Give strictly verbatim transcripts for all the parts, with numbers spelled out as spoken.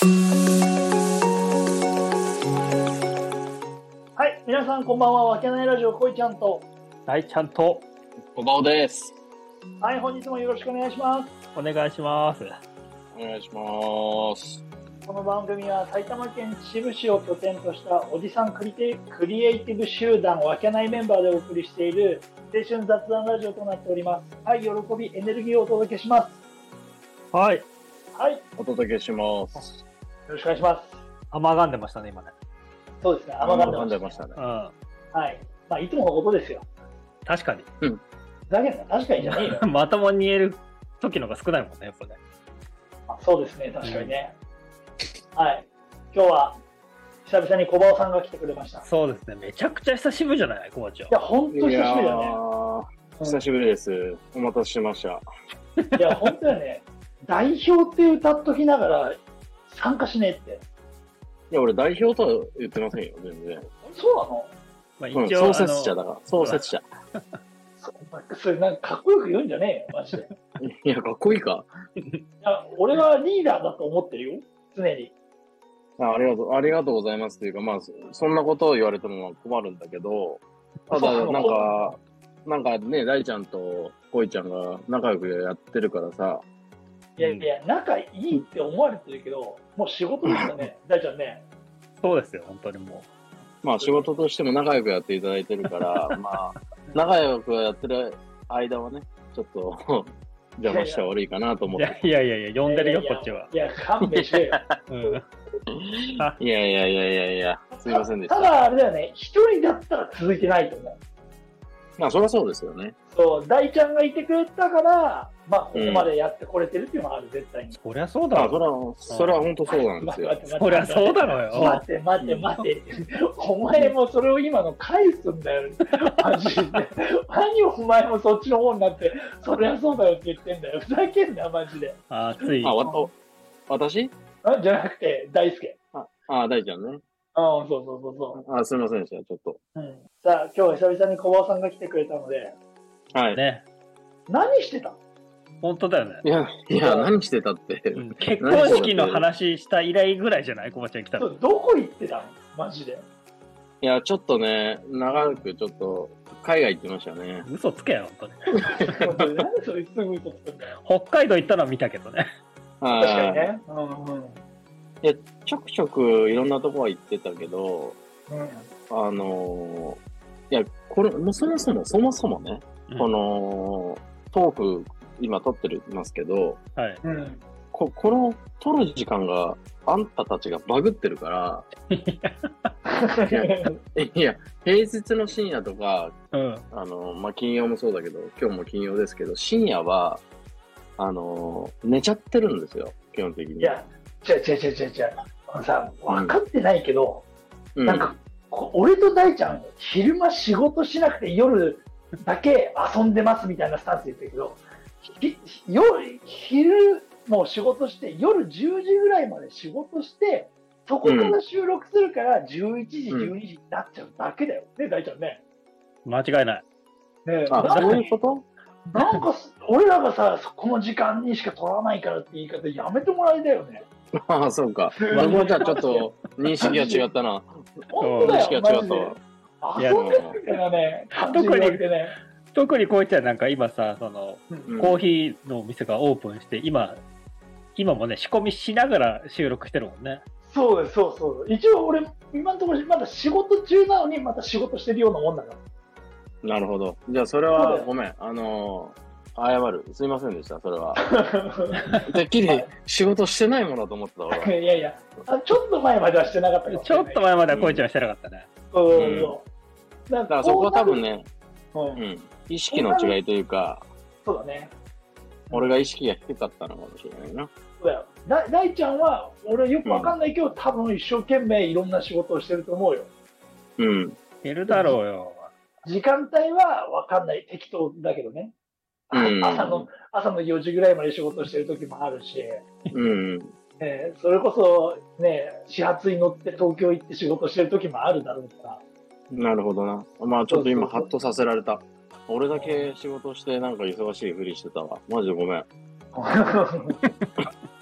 はい、皆さんこんばんは。わけないラジオこいちゃんと大ちゃんとこばおです。 はい、本日もよろしくお願いします。 お願いします。 お願いします。 この番組は埼玉県秩父市を拠点としたおじさんクリテクリエイティブ集団わけないメンバーでお送りしている青春雑談ラジオとなっております。はい、喜びエネルギーをお届けします。 はい。 はい、よお届けします。 ろしくお願いします。 甘がんでましたね、今ね。 そうですね、甘がんでましたね。 甘がんでましたね。 うん。 はい、まあいつものことですよ。 確かに。 だけどね、確かにじゃねえよ。 まともに言える時のが少ないもんね、やっぱね。 あ、そうですね、確かにね。うん、はい、今日は久々に小バオさんが来てくれました。 そうですね、めちゃくちゃ久しぶりじゃない、小バちゃん。 いや、ほんと久しぶりだね。 久しぶりです。お待たせしました。 いや、ほんとだね。代表って歌っときながら参加しねえって。 いや、俺代表とは言ってませんよ、全然。 そうなの？ まあ、 一応、うん、創設者だから、創設者。 それなんかかっこよく言うんじゃねえよ、マジで。 いや、かっこいいか。 いや、俺はリーダーだと思ってるよ、常に。 あ、ありがとう、ありがとうございますというか、まあ、そんなことを言われても困るんだけど、ただ、なんか、なんかね、大ちゃんとこいちゃんが仲良くやってるからさ。 いやいや、仲いいって思われてるけど、もう仕事ですよね、大ちゃんね。 そうですよ、本当にもう。まあ、仕事としても仲良くやっていただいてるから、まあ、仲良くやってる間はね、ちょっと邪魔しちゃ悪いかなと思って。 いやいやいや、呼んでるよ、こっちは。 いや、勘弁してよ。 うん、いやいやいやいやいや、すいませんでした。 ただ、あれだよね、一人だったら続いてないと思う。 まあ、そりゃそうですよね。 そう、大ちゃんがいてくれたから、まあ、ここまでやってこれてるっていうのはある、うん、絶対に。 そりゃそうだろ。 あ、そりゃ、そりゃ本当そうなんですよ。 そりゃそうだろよ。 待って待って待って。お前もそれを今の返すんだよ。マジで。何お前もそっちの方になって、そりゃそうだよって言ってんだよ。ふざけんな、マジで。 あ、つい。 あ、わ、私あ、じゃなくて、大輔。 あ、あ、大ちゃんね。 ああ、そうそうそうそう。 あ、すみませんでした、ちょっと。 うん。さあ、今日は久々に小林さんが来てくれたので。 はい。 ね。 何してた？ 本当だよね。 いや、いや、何してたって。 うん、結婚式の話した以来ぐらいじゃない？小林ちゃん来たの。 どこ行ってたの？マジで。 いや、ちょっとね、長くちょっと、海外行ってましたね。 嘘つけよ、本当に。 なんでそれすぐ嘘つくんだよ。 北海道行ったのは見たけどね。 確かにね。うんうん。 いや、ちょくちょくいろんなとこは行ってたけど、 うん、 あのー、いや、これ、もうそもそも、そもそもね、うん、この、トーク、今撮ってますけど、 はい。うん、 こ、この撮る時間が、あんたたちがバグってるから、いや、いや平日の深夜とか、うん、あの、まあ、金曜もそうだけど、今日も金曜ですけど、深夜は、あのー、寝ちゃってるんですよ、基本的に。 いや、違う違う違う違う違う。あのさ、分かってないけど、うん、なんか、俺と大ちゃん、昼間仕事しなくて夜だけ遊んでますみたいなスタンスで言ってるけど、夜、昼もう仕事して、夜じゅうじぐらいまで仕事して、そこから収録するからじゅういちじ、じゅうにじになっちゃうだけだよ。ね、大ちゃんね。 間違いない。 ね、あ、そういうこと？ なんか、俺らがさ、この時間にしか撮らないからって言い方やめてもらいたいよね。 ああ、そうか。僕もじゃあちょっと認識が違ったな。 本当だよ、 認識が違ったわ。 遊んでるからね、 特に、特にこういったらなんか今さ、その、うん、コーヒーのお店がオープンして、今、今もね、仕込みしながら収録してるもんね。 そうです、そうそう。一応俺、今のところまだ仕事中なのに、また仕事してるようなもんだから。なるほど。じゃあそれはごめん。あのー、謝る。すいませんでした、それは。てっきり仕事してないものだと思ってた、俺。 いやいやあ、ちょっと前まではしてなかったかちょっと前まではこいちゃんしてなかったね。 そうそうそう。 だからそこは多分ね、うん、意識の違いというか、 そうだね。 俺が意識が低かったのかもしれないな。 そうだよ。だ大ちゃんは、俺よくわかんないけど、うん、多分一生懸命いろんな仕事をしてると思うよ。 うん。 してるだろうよ。 時間帯はわかんない。適当だけどね。うん、朝の、朝のよじぐらいまで仕事してる時もあるし。 うん。 えー、それこそね、始発に乗って東京行って仕事してる時もあるだろうから。 なるほどな。まあちょっと今ハッとさせられた。俺だけ仕事してなんか忙しいふりしてたわ。マジでごめん。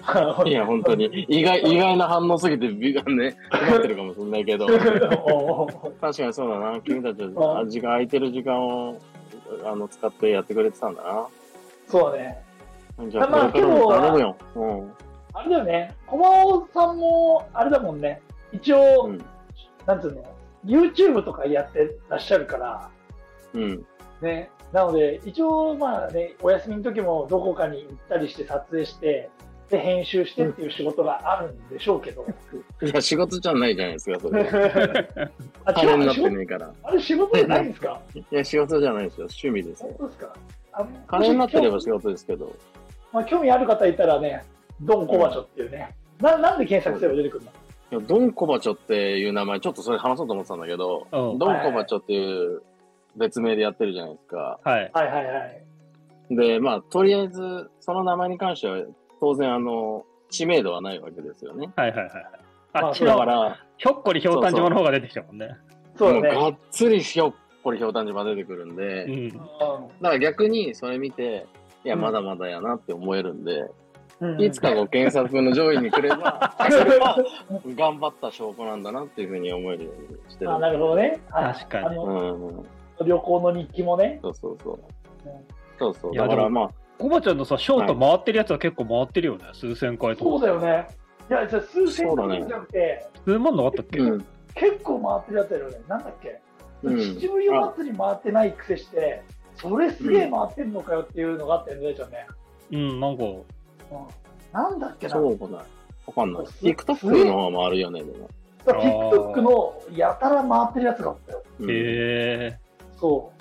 いや、本当に。意外、意外な反応すぎて、ビがね、なってるかもしれないけど。確かにそうだな。君たちは時間空いてる時間をあの使ってやってくれてたんだな。 そうだね。 じゃあ、これからも頼むよ。うん。 あれだよね。コマオさんも、あれだもんね。一応、うん、なんつうの、YouTube とかやってらっしゃるから。 うん。 ね。なので、一応、まあね、お休みの時もどこかに行ったりして撮影して、で、編集してっていう仕事があるんでしょうけど。 いや、仕事じゃないじゃないですか、それ。あ、金になってねえから。 あれ、仕事じゃないんですか？ いや、仕事じゃないですよ。趣味ですよ。 本当ですか？ あ、金になってれば仕事ですけど。 まあ、興味ある方いたらね、ドン・コバチョっていうね。うん、ななんで検索すれば出てくるの？ いや、ドン・コバチョっていう名前、ちょっとそれ話そうと思ってたんだけど、ドン・コバチョっていう別名でやってるじゃないですか。 はい。 はいはいはい。 で、まあ、とりあえず、その名前に関しては、当然、あの、知名度はないわけですよね。 はいはいはい。あっちだから、ひょっこりひょうたん島の方が出てきたもんね。 そうだね。 がっつりひょっこりひょうたん島出てくるんで、うん、だから逆にそれ見て、いや、まだまだやなって思えるんで、うん、いつかご検索の上位に来れば、それは頑張った証拠なんだなっていうふうに思えるようにしてる。 あ、なるほどね。 確かに。 うん、旅行の日記もね。 そうそうそう。うん、そうそう。だからまあ、 コバちゃんのさ、ショート回ってるやつは結構回ってるよね、はい、数千回とか。 そうだよね。いや、じゃあ数千回じゃなくて、 数万のあったっけ、うん、 結構回ってるやつだよね。なんだっけ、うん、秩父夜祭り回ってないくせして、それすげえ回ってんのかよっていうのがあったよね、じゃあね。 うん、なんか。 うん、なんだっけな。 そうかな。わかんない。TikTok の方が回るよね、でも。 TikTok のやたら回ってるやつがあったよ。 へえ。 そう。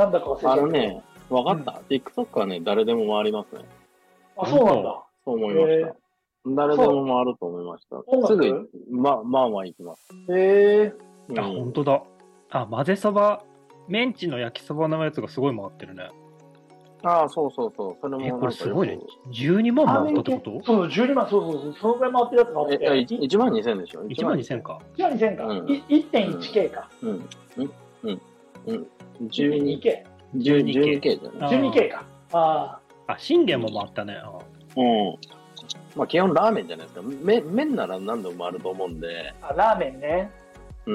なんだか忘れちゃった。 あのね、わかった、うん、TikTok はね、誰でも回りますね。 あ、そうなんだ。 そう思いました。誰でも回ると思いました。すぐ、ま、まあまあ行きます。 へえ。 うん、あ、ほんとだ。あ、混ぜそば、メンチの焼きそばのやつがすごい回ってるね。 ああ、そうそうそう。それもなんか。 これすごいね。じゅうにまん回ったってこと？ そう、じゅうにまん、そうそうそう。そのぐらい回ってるやつがあって。 え、いちまんにせんでしょ？ いちまんにせんか。 いちまんにせんか。うん、いってんいちケー か。 うん。うん。うん。 じゅうにケー。 じゅうにケー じゃない。 じゅうにケー か。ああ。あ、信玄も回ったね。 うん。まあ基本ラーメンじゃないですか。麺、麺なら何度も回ると思うんで。 あ、ラーメンね。 うん。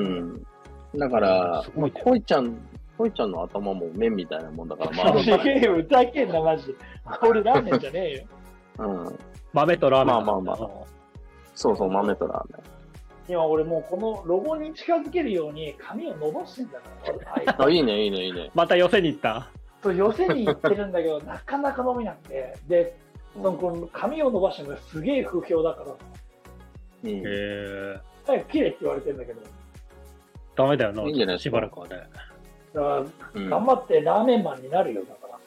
だから、まあ、こいちゃん、こいちゃんの頭も麺みたいなもんだから回る。 すげえよ、歌けんな、マジで。俺ラーメンじゃねえよ。 うん。 豆とラーメン。 まあまあまあ。そうそう、豆とラーメン。 今俺もうこのロゴに近づけるように髪を伸ばしてんだから。 あ、いいね、いいね、いいね。 また寄せに行った。 そう、寄せに行ってるんだけど、なかなか伸びなくて。で、そのこの髪を伸ばしてるのがすげえ不評だから。 うん、へえ。 早く綺麗って言われてるんだけど。 ダメだよな、 いいんじゃないですか。 しばらくはね。 だから、うん、頑張ってラーメンマンになるよ、だから。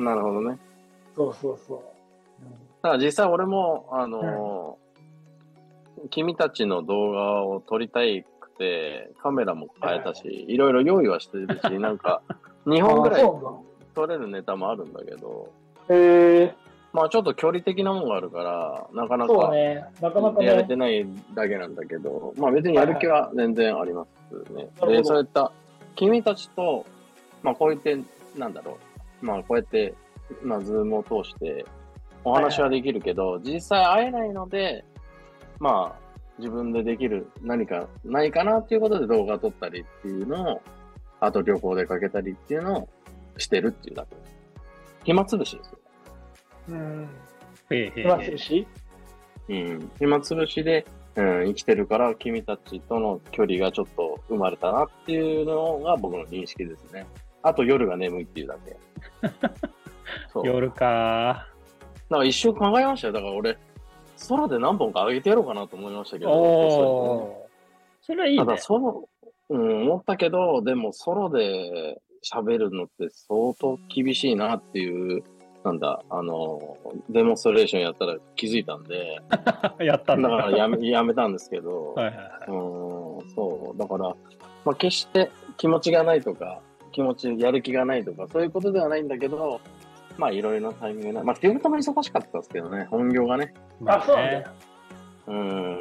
なるほどね。 そうそうそう。 うん、だから実際俺も、あのーうん、君たちの動画を撮りたいくて、カメラも変えたし、いろいろ用意はしてるし、なんか、にほんぐらい撮れるネタもあるんだけど、 へー。 まあちょっと距離的なものがあるから、なかなか、 そうね、なかなかね、 やれてないだけなんだけど、まあ別にやる気は全然ありますね。はいはい、で、そういった、君たちと、まあこうやって、なんだろう、まあこうやって、まあズームを通してお話はできるけど、はいはい、実際会えないので、まあ自分でできる何かないかなっていうことで動画撮ったりっていうのを、あと旅行でかけたりっていうのをしてるっていうだけです。暇つぶしですよ。 うん。 へえ暇つぶし？ うん。暇つぶしで、うん、生きてるから君たちとの距離がちょっと生まれたなっていうのが僕の認識ですね。あと夜が眠いっていうだけ。 そう夜かー。だから一生考えましたよ。だから俺、空で何本か上げてやろうかなと思いましたけど。 おー。それはいいね。 ただソロ、うん、思ったけど、でもソロで喋るのって相当厳しいなっていう、なんだ、あの、デモンストレーションやったら気づいたんで。 やったんだ。 だからやめ、やめたんですけど。 はいはいはい。 うん、そう。だから、まあ決して気持ちがないとか、気持ち、やる気がないとか、そういうことではないんだけど、まあいろいろなタイミングで、まあ仕事も忙しかったですけどね、本業がね。 あ、そうなんだよ。 うん。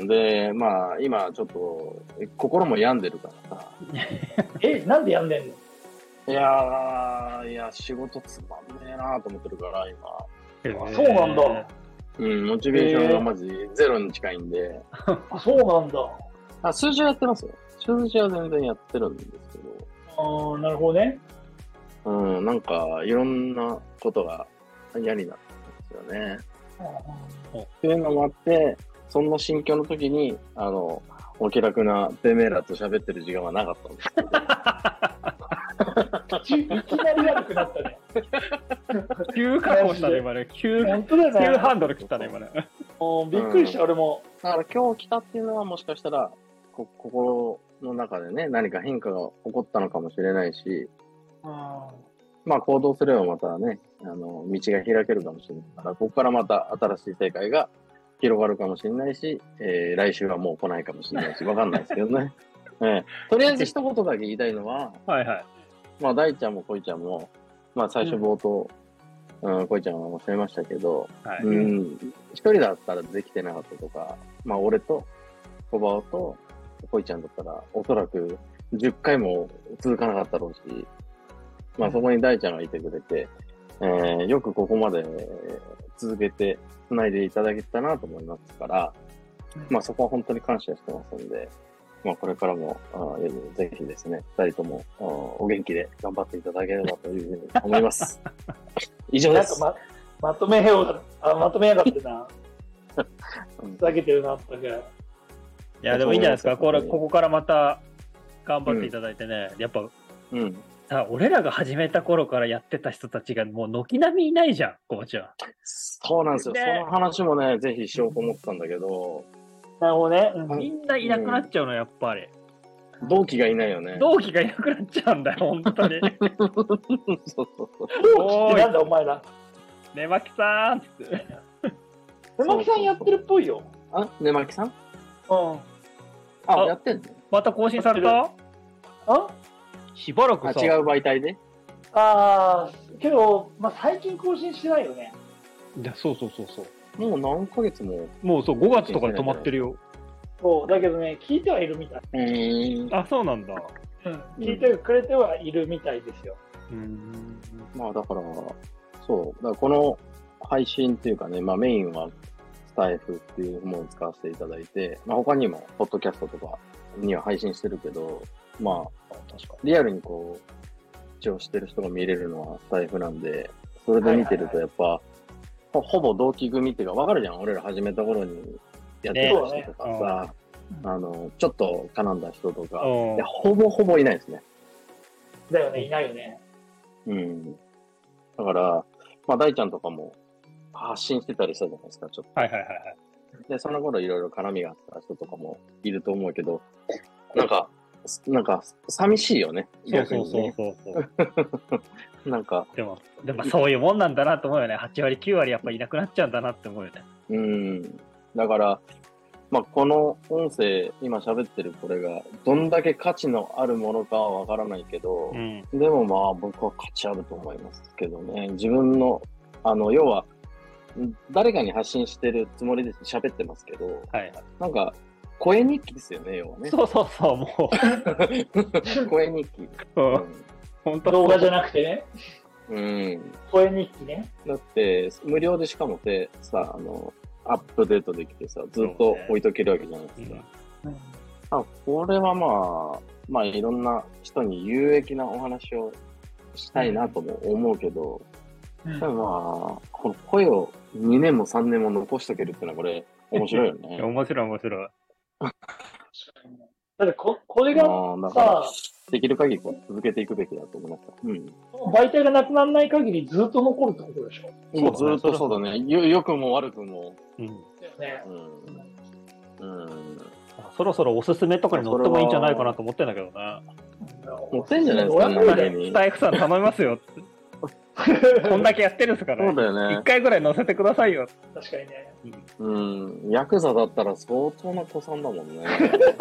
で、まあ今ちょっと、心も病んでるからさ。 え、なんで病んでんの？ いやー、いや、仕事つまんねえなーと思ってるから、今。 あ、そうなんだ。 うん、モチベーションがマジゼロに近いんで。 あ、そうなんだ。 あ、数字はやってますよ。数字は全然やってるんですけど。ああ、なるほどね。 うん、なんか、いろんなことが嫌になってますよね。っていうのもあって、そんな心境の時に、あの、お気楽なベメーラと喋ってる時間はなかったんですけど。いきなり悪くなったね。 急加工したね、今ね。急、 本当だよね。 急ハンドル切ったね、今ね。 もうびっくりした、うん、俺も。 だから今日来たっていうのはもしかしたら、こ心の中でね、何か変化が起こったのかもしれないし、うん、まあ行動すればまたね、あの、道が開けるかもしれないから、ここからまた新しい世界が広がるかもしれないし、えー、来週はもう来ないかもしれないし、わかんないですけどね。えー、とりあえず一言だけ言いたいのは、 はいはい。 まあ大ちゃんもこいちゃんも、まあ最初冒頭、うんうん、こいちゃんはおっしゃいましたけど、はい、うん、一人だったらできてなかったとか、まあ俺とコバオとこいちゃんだったらおそらくじゅっかいも続かなかったろうし、まあそこに大ちゃんがいてくれて、えー、よくここまで続けて繋いでいただけたなと思いますから、まあそこは本当に感謝してますんで、まあこれからもあぜひですね、二人ともお元気で頑張っていただければというふうに思います。以上です。 なんかま、まとめようあ、まとめやがってな。ふざけてるなったけど。 いや、でもいいんじゃないですか。これ、ここからまた頑張っていただいてね。うん、やっぱ、うん、さ、俺らが始めた頃からやってた人たちがもう軒並みいないじゃん、こうちゃん。 そうなんですよ。ね、その話もね、ぜひしようと思ったんだけど。 なるほどね。 うん、みんないなくなっちゃうの、やっぱり。 同期がいないよね。 同期がいなくなっちゃうんだよ、本当に。 そうそうそう。 同期ってなんだ、お前ら。 ねまきさんって。 ねまきさんやってるっぽいよ。 あ、ねまきさん？うん。 あ、 やってんの？ また更新された？ あ？ しばらくさ。 違う媒体で？ ああ、けど、まあ、最近更新してないよね。 いや、そうそうそうそう。 もう何ヶ月も。 もうそう、ごがつとかで止まってるよ。 そう、だけどね、聞いてはいるみたい。 うん。あ、そうなんだ。 うん。聞いてくれてはいるみたいですよ。 うん。 まあ、だから、そう。だからこの配信っていうかね、まあメインはスタイフっていうものを使わせていただいて、まあ他にも、ポッドキャストとかには配信してるけど、まあ、確かリアルにこう、一応してる人が見れるのはスタイフなんで、それで見てるとやっぱ、はいはいはい、ほ, ほぼ同期組っていうか、わかるじゃん、俺ら始めた頃にやってた人とかさ、ね、あの、ちょっと絡んだ人とか、いやほぼほぼいないですね。 だよね、いないよね。 うん。だから、まあ、大ちゃんとかも発信してたりしたじゃないですか、ちょっと。 はいはいはいはい。 で、その頃いろいろ絡みがあった人とかもいると思うけど、なんか、なんか、寂しいよね。 そうそうそうそうそう。 なんか。 でも、でもそういうもんなんだなと思うよね。はちわりきゅうわりやっぱいなくなっちゃうんだなって思うよね。 うん。だから、まあ、この音声、今喋ってるこれが、どんだけ価値のあるものかはわからないけど、うん、でもまあ、僕は価値あると思いますけどね。自分の、あの、要は、誰かに発信してるつもりで喋ってますけど、はい、なんか、声日記ですよね、要はね。 そうそうそう、もう。声日記。 うん。本当動画じゃなくてね。 うん。 声日記ね。 だって、無料でしかもて、さ、あの、アップデートできてさ、ずっと置いとけるわけじゃないですか。うんうん、あこれはまあ、まあいろんな人に有益なお話をしたいなとも思うけど、うん、でもまあ、この声をにねんもさんねんも残しとけるってのはこれ面白いよね。 面白い面白い。 だってこ、これがさ、 できる限りこう続けていくべきだと思いました。うん。 媒体がなくならない限りずっと残るってことでしょ。 もうずっとそうだね。よ、良くも悪くも。 うん。ね。 うん。うん。そろそろおすすめとかに乗ってもいいんじゃないかなと思ってんだけどな。 乗ってんじゃないですか、 ね。スタイフさん頼みますよ。こんだけやってるんですからね。そうだよね。 一回ぐらい乗せてくださいよ。 確かにね。 うん。ヤクザだったら相当な子さんだもんね。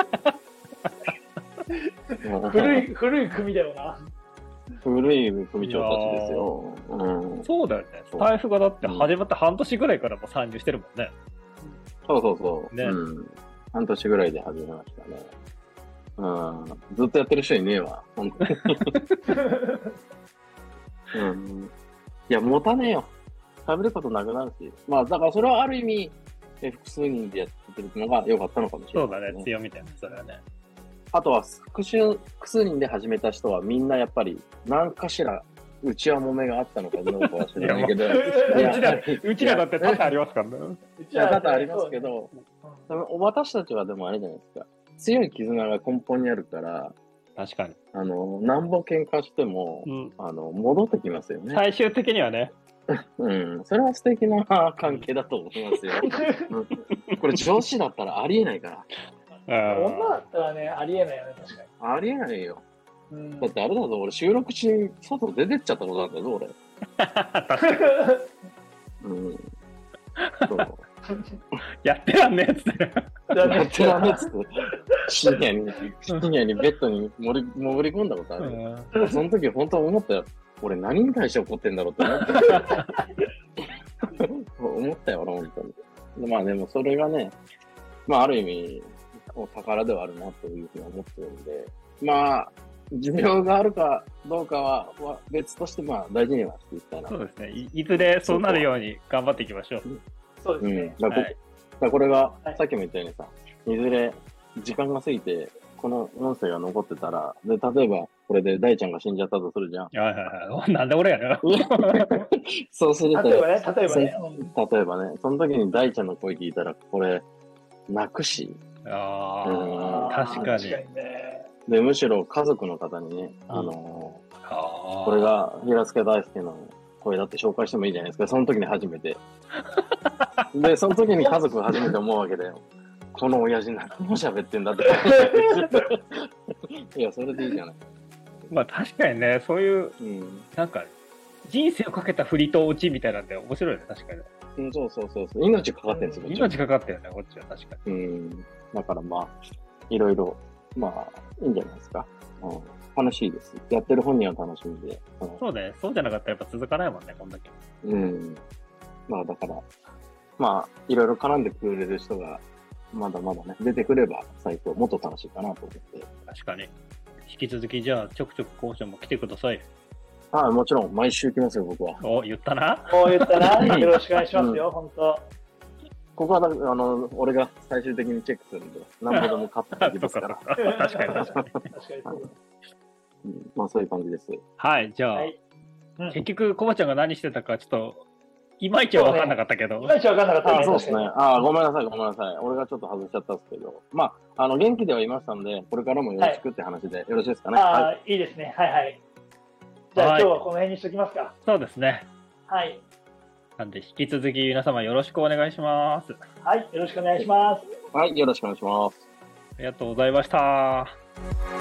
古い、古い組だよな。 古い組長たちですよ。 うん、そうだよね。スタイフがだって始まって半年ぐらいからも参入してるもんね。 そうそうそう。 ね、 うん。半年ぐらいで始めましたね。うん。ずっとやってる人いねえわ。本当に。うん。いや、持たねえよ。 喋ることなくなるし、まあ、だからそれはある意味、え複数人でやってるのが良かったのかもしれない、 ね。そうだね、強みだよね、それはね。 あとは複数、複数人で始めた人はみんなやっぱり何かしら内輪もめがあったのかどうかは知らないけど、 うちら、うちらだって多々ありますからね。 いや、多々ありますけど、私たちはでもあれじゃないですか。強い絆が根本にあるから、 確かに。 あの、なんぼ喧嘩しても、うん、あの、戻ってきますよね。 最終的にはね。 うん、それは素敵な関係だと思いますよ。うん、これ上司だったらありえないから。 女だったらね、ありえないよね、確かに。 ありえないよ。うん、だってあれだぞ、俺収録しに外出てっちゃったことなんだぞ、俺。うん。そう。 やってらんねえっつって。 やってらんねえっつって。深夜に、深夜にベッドに潜り潜り込んだことある。うん、その時本当思ったよ。俺何に対して怒ってんだろうって思ったよ。思ったよ、俺本当に。まあでもそれがね、まあある意味、宝ではあるなというふうに思ってるんで、まあ、寿命があるかどうかは別として、まあ大事にはしていきたいな。 そうですね。い, いずれそうなるように頑張っていきましょう。 そうですね。 うん、だからこ、はい、これが、さっきも言ったようにさ、いずれ時間が過ぎて、この音声が残ってたら、で、例えば、これで大ちゃんが死んじゃったとするじゃん。 はいはいはい。なんで俺やねそうすると、 例えばね、例えばね。 例えばね、その時に大ちゃんの声聞いたら、これ、泣くし。 ああ、うん、確かに。 で、むしろ家族の方にね、うん、あのー、あこれが平助大輔の声だって紹介してもいいじゃないですか。その時に初めて。で、その時に家族が初めて思うわけだよ。この親父何も喋ってんだって。いや、それでいいじゃない。 まあ確かにね、そういう、うん、なんか、人生をかけた振りと落ちみたいなんで面白いね、確かに。 うん、そうそうそうそう。命かかってるんですよ、 うん、命かかってるね、こっちは確かに。 うん。だからまあ、いろいろ、まあ、いいんじゃないですか。うん。楽しいです。やってる本人は楽しみで。 うん、そうね。そうじゃなかったらやっぱ続かないもんね、こんだけ。 うん。まあだから、まあ、いろいろ絡んでくれる人が、まだまだね、出てくれば最高、もっと楽しいかなと思って。 確かに。引き続き、じゃあ、ちょくちょく交渉も来てください。 はい、もちろん、毎週来ますよ、僕は。 お、言ったな。 お、言ったな。よろしくお願いしますよ、うん、本当。 ここは、あの、俺が最終的にチェックするんで、何ぼでも勝ってきますから。 確かに、確かに。確かにうん、まあ、そういう感じです。 はい、じゃあ、はい、うん、結局、コバちゃんが何してたか、ちょっと、いまいちは分かんなかったけど。 いまいち分かんなかった、 ね。あ、そうですね。あ、ごめんなさい、ごめんなさい。俺がちょっと外しちゃったんですけど。まあ、あの、元気ではいましたんで、これからもよろしくって話で、よろしいですかね。 あ、 はい、 いいですね。はいはい。じゃあ、はい、今日はこの辺にしときますか。 そうですね。 はい。 なんで、引き続き皆様よろしくお願いします。 はい、よろしくお願いします。 はい、よろしくお願いします。 ありがとうございました。